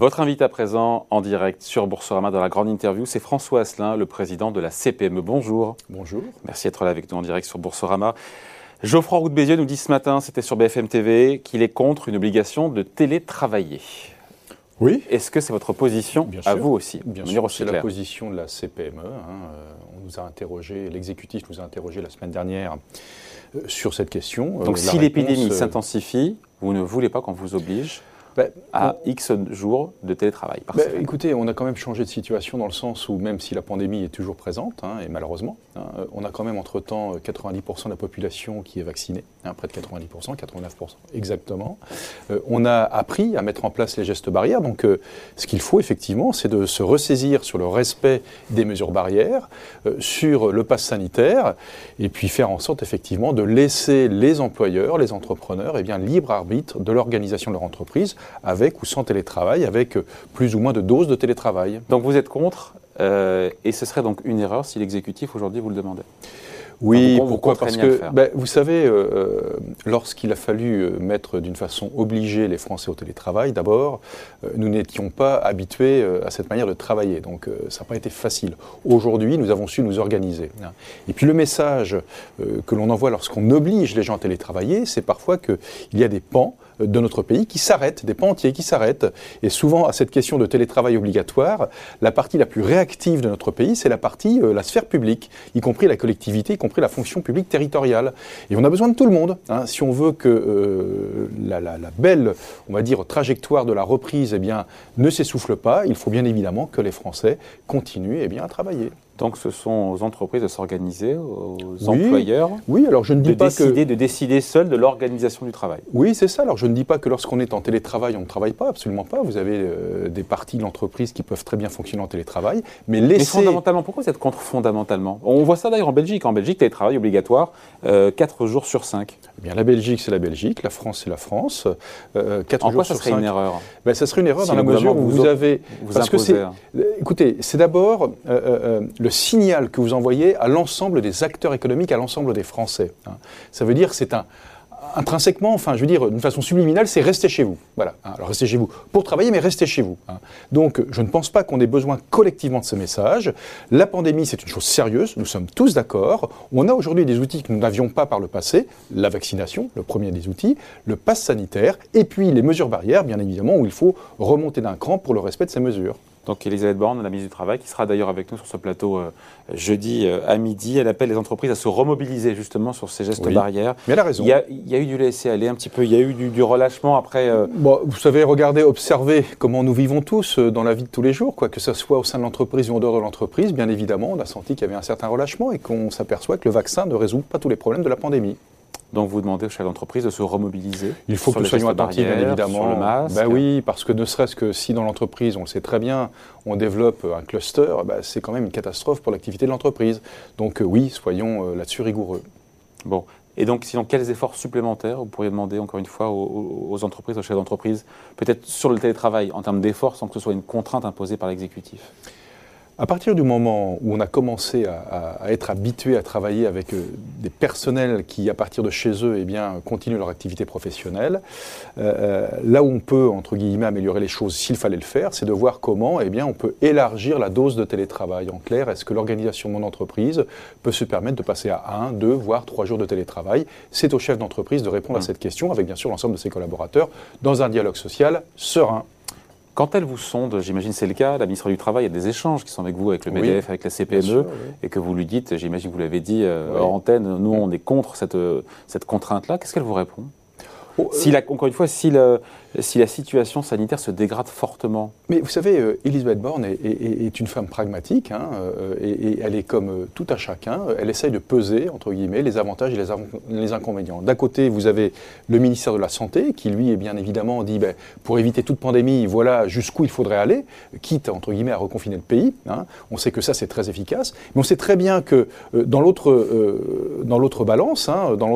Votre invité à présent en direct sur Boursorama dans la grande interview, c'est François Asselin, le président de la CPME. Bonjour. Bonjour. Merci d'être là avec nous en direct sur Boursorama. Geoffroy Roux de Bézieux nous dit ce matin, c'était sur BFM TV, qu'il est contre une obligation de télétravailler. Oui. Est-ce que c'est votre position Bien à sûr. vous aussi? Bien sûr, c'est la position de la CPME. On nous a interrogé, l'exécutif nous a interrogé la semaine dernière sur cette question. Donc si l'épidémie s'intensifie, vous ne voulez pas qu'on vous oblige à X jours de télétravail par semaine. Écoutez, on a quand même changé de situation dans le sens où même si la pandémie est toujours présente, et malheureusement, on a quand même entre-temps 90% de la population qui est vaccinée, près de 90%, 89% exactement. On a appris à mettre en place les gestes barrières, donc ce qu'il faut effectivement, c'est de se ressaisir sur le respect des mesures barrières, sur le pass sanitaire, et puis faire en sorte effectivement de laisser les employeurs, les entrepreneurs, libre arbitre de l'organisation de leur entreprise, avec ou sans télétravail, avec plus ou moins de doses de télétravail. Donc vous êtes contre, et ce serait donc une erreur si l'exécutif aujourd'hui vous le demandait? Oui, pourquoi? Parce que, vous savez, lorsqu'il a fallu mettre d'une façon obligée les Français au télétravail, d'abord, nous n'étions pas habitués à cette manière de travailler, donc ça n'a pas été facile. Aujourd'hui, nous avons su nous organiser. Et puis le message que l'on envoie lorsqu'on oblige les gens à télétravailler, c'est parfois qu'il y a des pans de notre pays qui s'arrêtent, des pans entiers qui s'arrêtent. Et souvent, à cette question de télétravail obligatoire, la partie la plus réactive de notre pays, c'est la partie, la sphère publique, y compris la collectivité, y compris la fonction publique territoriale. Et on a besoin de tout le monde. Si on veut que la belle, on va dire, trajectoire de la reprise ne s'essouffle pas, il faut bien évidemment que les Français continuent à travailler. Donc ce sont aux entreprises de s'organiser, aux employeurs, alors je ne dis de décider seuls de l'organisation du travail. Oui, c'est ça. Alors je ne dis pas que lorsqu'on est en télétravail, on ne travaille pas, absolument pas. Vous avez des parties de l'entreprise qui peuvent très bien fonctionner en télétravail, mais fondamentalement, pourquoi vous êtes contre fondamentalement? On voit ça d'ailleurs en Belgique. En Belgique, télétravail obligatoire, 4 jours sur 5. La Belgique, c'est la Belgique, la France, c'est la France. 4 en jours quoi sur ça serait 5. une erreur? Ça serait une erreur dans la mesure où vous avez... Parce que c'est... Écoutez, c'est d'abord le signal que vous envoyez à l'ensemble des acteurs économiques, à l'ensemble des Français. Ça veut dire que c'est intrinsèquement, d'une façon subliminale, c'est rester chez vous. Voilà. Alors restez chez vous pour travailler, mais restez chez vous. Donc, je ne pense pas qu'on ait besoin collectivement de ce message. La pandémie, c'est une chose sérieuse, nous sommes tous d'accord. On a aujourd'hui des outils que nous n'avions pas par le passé, la vaccination, le premier des outils, le pass sanitaire, et puis les mesures barrières, bien évidemment, où il faut remonter d'un cran pour le respect de ces mesures. Donc Elisabeth Borne, la ministre du Travail, qui sera d'ailleurs avec nous sur ce plateau jeudi à midi, elle appelle les entreprises à se remobiliser justement sur ces gestes barrières. Mais elle a raison. Il y a eu du laisser-aller un petit peu, il y a eu du relâchement après... vous savez, regardez, observez comment nous vivons tous dans la vie de tous les jours, que ce soit au sein de l'entreprise ou en dehors de l'entreprise. Bien évidemment, on a senti qu'il y avait un certain relâchement et qu'on s'aperçoit que le vaccin ne résout pas tous les problèmes de la pandémie. Donc vous demandez aux chefs d'entreprise de se remobiliser. Il faut que nous soyons attentifs, bien évidemment. Sur le masque. Oui, parce que ne serait-ce que si dans l'entreprise, on le sait très bien, on développe un cluster, c'est quand même une catastrophe pour l'activité de l'entreprise. Donc oui, soyons là-dessus rigoureux. Bon. Et donc, sinon, quels efforts supplémentaires vous pourriez demander, encore une fois, aux entreprises, aux chefs d'entreprise, peut-être sur le télétravail, en termes d'efforts, sans que ce soit une contrainte imposée par l'exécutif? À partir du moment où on a commencé à être habitué à travailler avec des personnels qui, à partir de chez eux, continuent leur activité professionnelle, là où on peut, entre guillemets, améliorer les choses, s'il fallait le faire, c'est de voir comment on peut élargir la dose de télétravail. En clair, est-ce que l'organisation de mon entreprise peut se permettre de passer à 1, 2, voire 3 jours de télétravail? C'est au chef d'entreprise de répondre à cette question, avec bien sûr l'ensemble de ses collaborateurs, dans un dialogue social serein. Quand elles vous sondent, j'imagine c'est le cas, la ministre du Travail, il y a des échanges qui sont avec vous, avec le MEDEF, avec la CPME, et que vous lui dites, j'imagine que vous l'avez dit hors antenne, nous on est contre cette contrainte-là. Qu'est-ce qu'elle vous répond? Encore une fois, si la situation sanitaire se dégrade fortement. Mais vous savez, Elisabeth Borne est une femme pragmatique, et elle est comme tout un chacun. Elle essaye de peser, entre guillemets, les avantages et les inconvénients. D'un côté, vous avez le ministère de la Santé, qui lui, bien évidemment, dit pour éviter toute pandémie, voilà jusqu'où il faudrait aller, quitte, entre guillemets, à reconfiner le pays. On sait que ça, c'est très efficace. Mais on sait très bien que dans l'autre balance,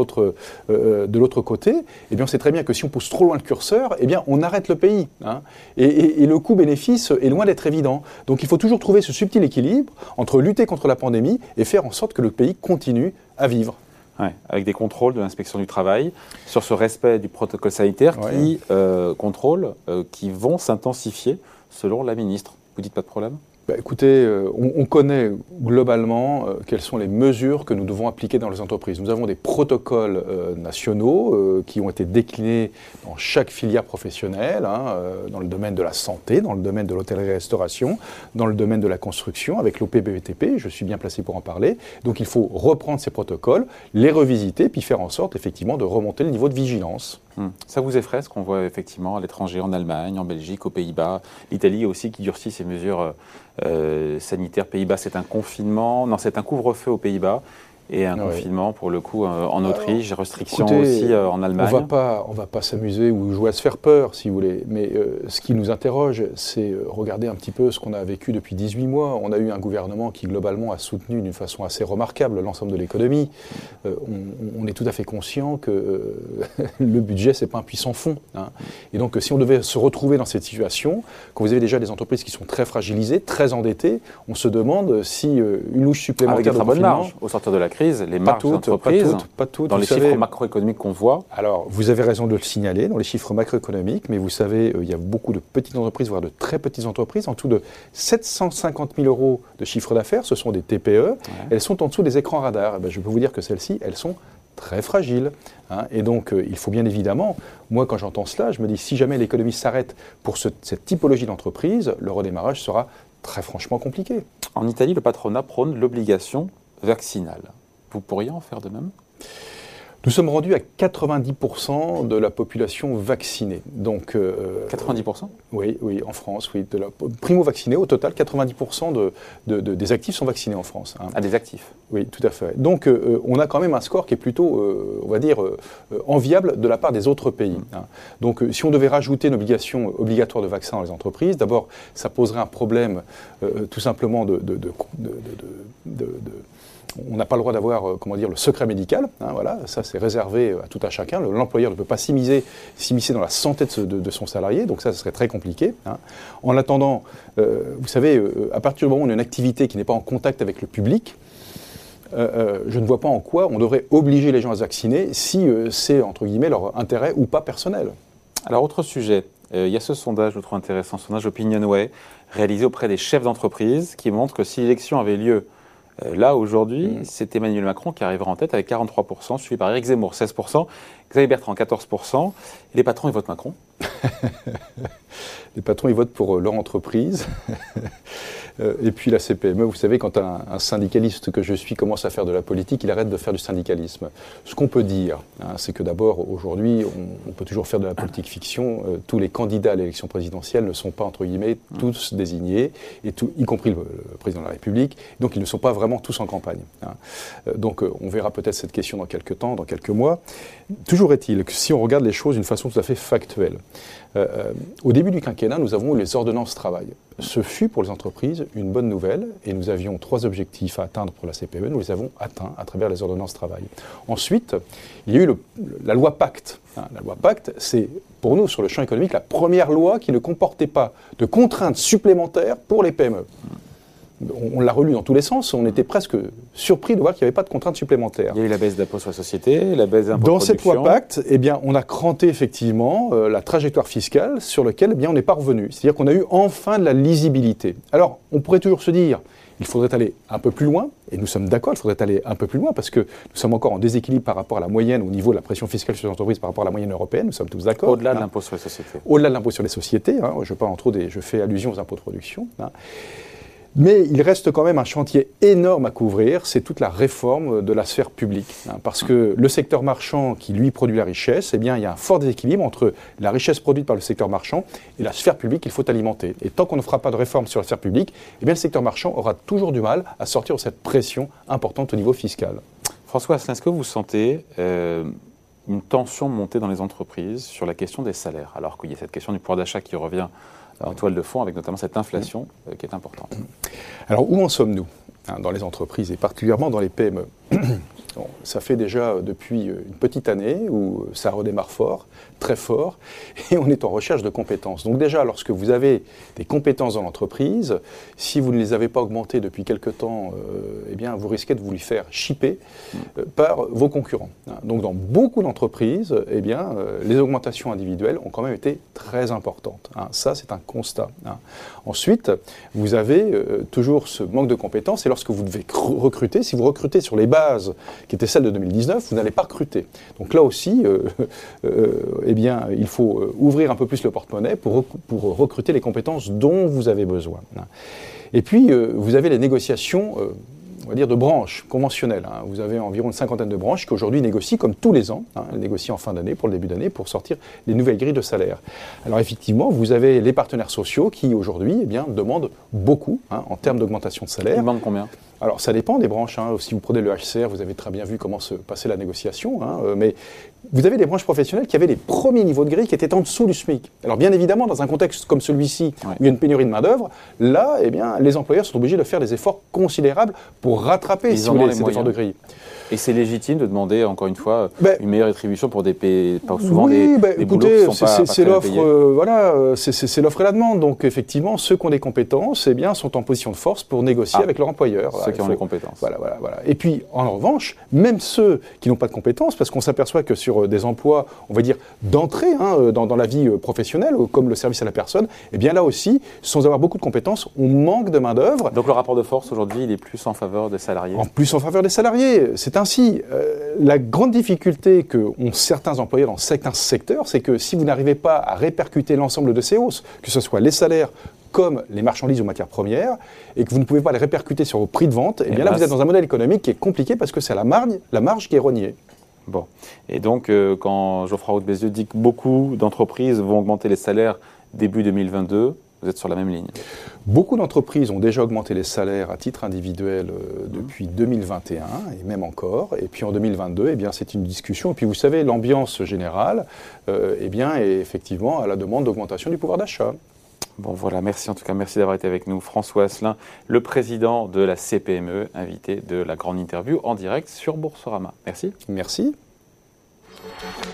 de l'autre côté, on sait très bien que si on pousse trop loin le curseur, on arrête le pays. Et le coût-bénéfice est loin d'être évident. Donc il faut toujours trouver ce subtil équilibre entre lutter contre la pandémie et faire en sorte que le pays continue à vivre. Ouais, avec des contrôles de l'inspection du travail sur ce respect du protocole sanitaire qui vont s'intensifier selon la ministre. Vous dites pas de problème ? Écoutez, on connaît globalement quelles sont les mesures que nous devons appliquer dans les entreprises. Nous avons des protocoles nationaux qui ont été déclinés dans chaque filière professionnelle, dans le domaine de la santé, dans le domaine de l'hôtellerie-restauration, dans le domaine de la construction, avec l'OPBTP, je suis bien placé pour en parler. Donc il faut reprendre ces protocoles, les revisiter, puis faire en sorte effectivement de remonter le niveau de vigilance. Ça vous effraie ce qu'on voit effectivement à l'étranger, en Allemagne, en Belgique, aux Pays-Bas, l'Italie aussi qui durcit ses mesures sanitaires. Pays-Bas, c'est un confinement, non, c'est un couvre-feu aux Pays-Bas et un confinement pour le coup en Autriche, restrictions aussi en Allemagne. On va pas s'amuser ou jouer à se faire peur, si vous voulez. Mais ce qui nous interroge, c'est regarder un petit peu ce qu'on a vécu depuis 18 mois. On a eu un gouvernement qui globalement a soutenu d'une façon assez remarquable l'ensemble de l'économie. On est tout à fait conscient que le budget, c'est pas un puits sans fond. Et donc, si on devait se retrouver dans cette situation, quand vous avez déjà des entreprises qui sont très fragilisées, très endettées, on se demande si une louche supplémentaire de bonne marge au sortir de la crise, les marges d'entreprise, pas toutes, dans les chiffres macroéconomiques qu'on voit. Alors, vous avez raison de le signaler, dans les chiffres macroéconomiques, mais vous savez, il y a beaucoup de petites entreprises, voire de très petites entreprises, en dessous de 750 000 € de chiffre d'affaires, ce sont des TPE, elles sont en dessous des écrans radars. Je peux vous dire que celles-ci, elles sont très fragiles. Et donc, il faut bien évidemment, moi quand j'entends cela, je me dis, si jamais l'économie s'arrête pour cette typologie d'entreprise, le redémarrage sera très franchement compliqué. En Italie, le patronat prône l'obligation vaccinale. Vous pourriez en faire de même ? Nous sommes rendus à 90% de la population vaccinée. Donc, 90% ? Oui, en France, oui. Primo-vaccinés, au total, 90% des actifs sont vaccinés en France. Ah, des actifs ? Oui, tout à fait. Donc, on a quand même un score qui est plutôt, on va dire, enviable de la part des autres pays. Donc, si on devait rajouter une obligation obligatoire de vaccin dans les entreprises, d'abord, ça poserait un problème tout simplement on n'a pas le droit d'avoir, le secret médical. Voilà, ça c'est réservé à tout à chacun. L'employeur ne peut pas s'immiscer dans la santé de son salarié, donc ça serait très compliqué. En attendant, vous savez, à partir du moment où on a une activité qui n'est pas en contact avec le public, je ne vois pas en quoi on devrait obliger les gens à se vacciner si c'est, entre guillemets, leur intérêt ou pas personnel. Alors, autre sujet, il y a ce sondage, je trouve intéressant, sondage Opinionway, réalisé auprès des chefs d'entreprise, qui montre que si l'élection avait lieu là, aujourd'hui, c'est Emmanuel Macron qui arrivera en tête avec 43%, suivi par Éric Zemmour, 16%, Xavier Bertrand, 14%. Et les patrons, ils votent Macron ? Les patrons, ils votent pour leur entreprise. Et puis la CPME, vous savez, quand un syndicaliste que je suis commence à faire de la politique, il arrête de faire du syndicalisme. Ce qu'on peut dire, c'est que d'abord, aujourd'hui, on peut toujours faire de la politique fiction. Tous les candidats à l'élection présidentielle ne sont pas, entre guillemets, tous désignés, y compris le président de la République. Donc, ils ne sont pas vraiment tous en campagne. Donc, on verra peut-être cette question dans quelques temps, dans quelques mois. Toujours est-il que si on regarde les choses d'une façon tout à fait factuelle, au début du quinquennat, nous avons eu les ordonnances travail. Ce fut pour les entreprises une bonne nouvelle et nous avions 3 objectifs à atteindre pour la CPME. Nous les avons atteints à travers les ordonnances travail. Ensuite, il y a eu la loi Pacte. La loi Pacte, c'est pour nous, sur le champ économique, la première loi qui ne comportait pas de contraintes supplémentaires pour les PME. On l'a relu dans tous les sens, on était presque surpris de voir qu'il n'y avait pas de contraintes supplémentaires. Il y a eu la baisse d'impôt sur la société, la baisse d'impôt de production. Dans cette loi Pacte, on a cranté effectivement la trajectoire fiscale sur laquelle on n'est pas revenu. C'est-à-dire qu'on a eu enfin de la lisibilité. Alors, on pourrait toujours se dire, il faudrait aller un peu plus loin, et nous sommes d'accord, il faudrait aller un peu plus loin, parce que nous sommes encore en déséquilibre par rapport à la moyenne, au niveau de la pression fiscale sur les entreprises par rapport à la moyenne européenne, nous sommes tous d'accord. Au-delà de l'impôt sur les sociétés. Au-delà de l'impôt sur les sociétés, je fais allusion aux impôts de production. Mais il reste quand même un chantier énorme à couvrir, c'est toute la réforme de la sphère publique. Parce que le secteur marchand qui, lui, produit la richesse, il y a un fort déséquilibre entre la richesse produite par le secteur marchand et la sphère publique qu'il faut alimenter. Et tant qu'on ne fera pas de réforme sur la sphère publique, le secteur marchand aura toujours du mal à sortir de cette pression importante au niveau fiscal. François Asselin, est-ce que vous sentez une tension monter dans les entreprises sur la question des salaires, alors qu'il y a cette question du pouvoir d'achat qui revient en toile de fond, avec notamment cette inflation qui est importante? Alors, où en sommes-nous dans les entreprises, et particulièrement dans les PME? Bon, ça fait déjà depuis une petite année où ça redémarre fort, très fort, et on est en recherche de compétences. Donc déjà, lorsque vous avez des compétences dans l'entreprise, si vous ne les avez pas augmentées depuis quelque temps, eh bien, vous risquez de vous les faire chipper par vos concurrents. Donc dans beaucoup d'entreprises, eh bien, les augmentations individuelles ont quand même été très importantes. Ça, c'est un constat. Ensuite, vous avez toujours ce manque de compétences, et lorsque vous devez recruter, si vous recrutez sur les bases qui étaient celles de 2019, vous n'allez pas recruter. Donc là aussi, eh bien, il faut ouvrir un peu plus le porte-monnaie pour recruter les compétences dont vous avez besoin. Et puis, vous avez les négociations, on va dire, de branches conventionnelles. Vous avez environ une cinquantaine de branches qui aujourd'hui négocient, comme tous les ans, négocient en fin d'année, pour le début d'année, pour sortir les nouvelles grilles de salaire. Alors effectivement, vous avez les partenaires sociaux qui aujourd'hui, eh bien, demandent beaucoup en termes d'augmentation de salaire. Ils demandent combien ? Alors ça dépend des branches. Si vous prenez le HCR, vous avez très bien vu comment se passait la négociation. Mais vous avez des branches professionnelles qui avaient les premiers niveaux de grille qui étaient en dessous du SMIC. Alors bien évidemment, dans un contexte comme celui-ci, où il y a une pénurie de main-d'œuvre, là, eh bien, les employeurs sont obligés de faire des efforts considérables pour rattraper cet effort de grille. Et c'est légitime de demander, encore une fois, une meilleure rétribution pour des souvent des boulots qui sont pas c'est l'offre, c'est l'offre et la demande. Donc effectivement, ceux qui ont des compétences, eh bien, sont en position de force pour négocier avec leur employeur. Ceux qui ont les compétences. Voilà. Et puis, en revanche, même ceux qui n'ont pas de compétences, parce qu'on s'aperçoit que sur des emplois, on va dire, d'entrée dans la vie professionnelle, comme le service à la personne, eh bien là aussi, sans avoir beaucoup de compétences, on manque de main-d'œuvre. Donc le rapport de force aujourd'hui, il est plus en faveur des salariés. En plus en faveur des salariés. C'est ainsi. La grande difficulté qu'ont certains employeurs dans certains secteurs, c'est que si vous n'arrivez pas à répercuter l'ensemble de ces hausses, que ce soit les salaires comme les marchandises ou matières premières, et que vous ne pouvez pas les répercuter sur vos prix de vente, eh bien là, vous êtes dans un modèle économique qui est compliqué parce que c'est la marge qui est rognée. Bon. Et donc, quand Geoffroy Roux de Bézieux dit que beaucoup d'entreprises vont augmenter les salaires début 2022, vous êtes sur la même ligne. Beaucoup d'entreprises ont déjà augmenté les salaires à titre individuel depuis 2021, et même encore. Et puis en 2022, eh bien, c'est une discussion. Et puis vous savez, l'ambiance générale eh bien, est effectivement à la demande d'augmentation du pouvoir d'achat. Bon voilà, merci en tout cas, merci d'avoir été avec nous. François Asselin, le président de la CPME, invité de la grande interview en direct sur Boursorama. Merci. Merci.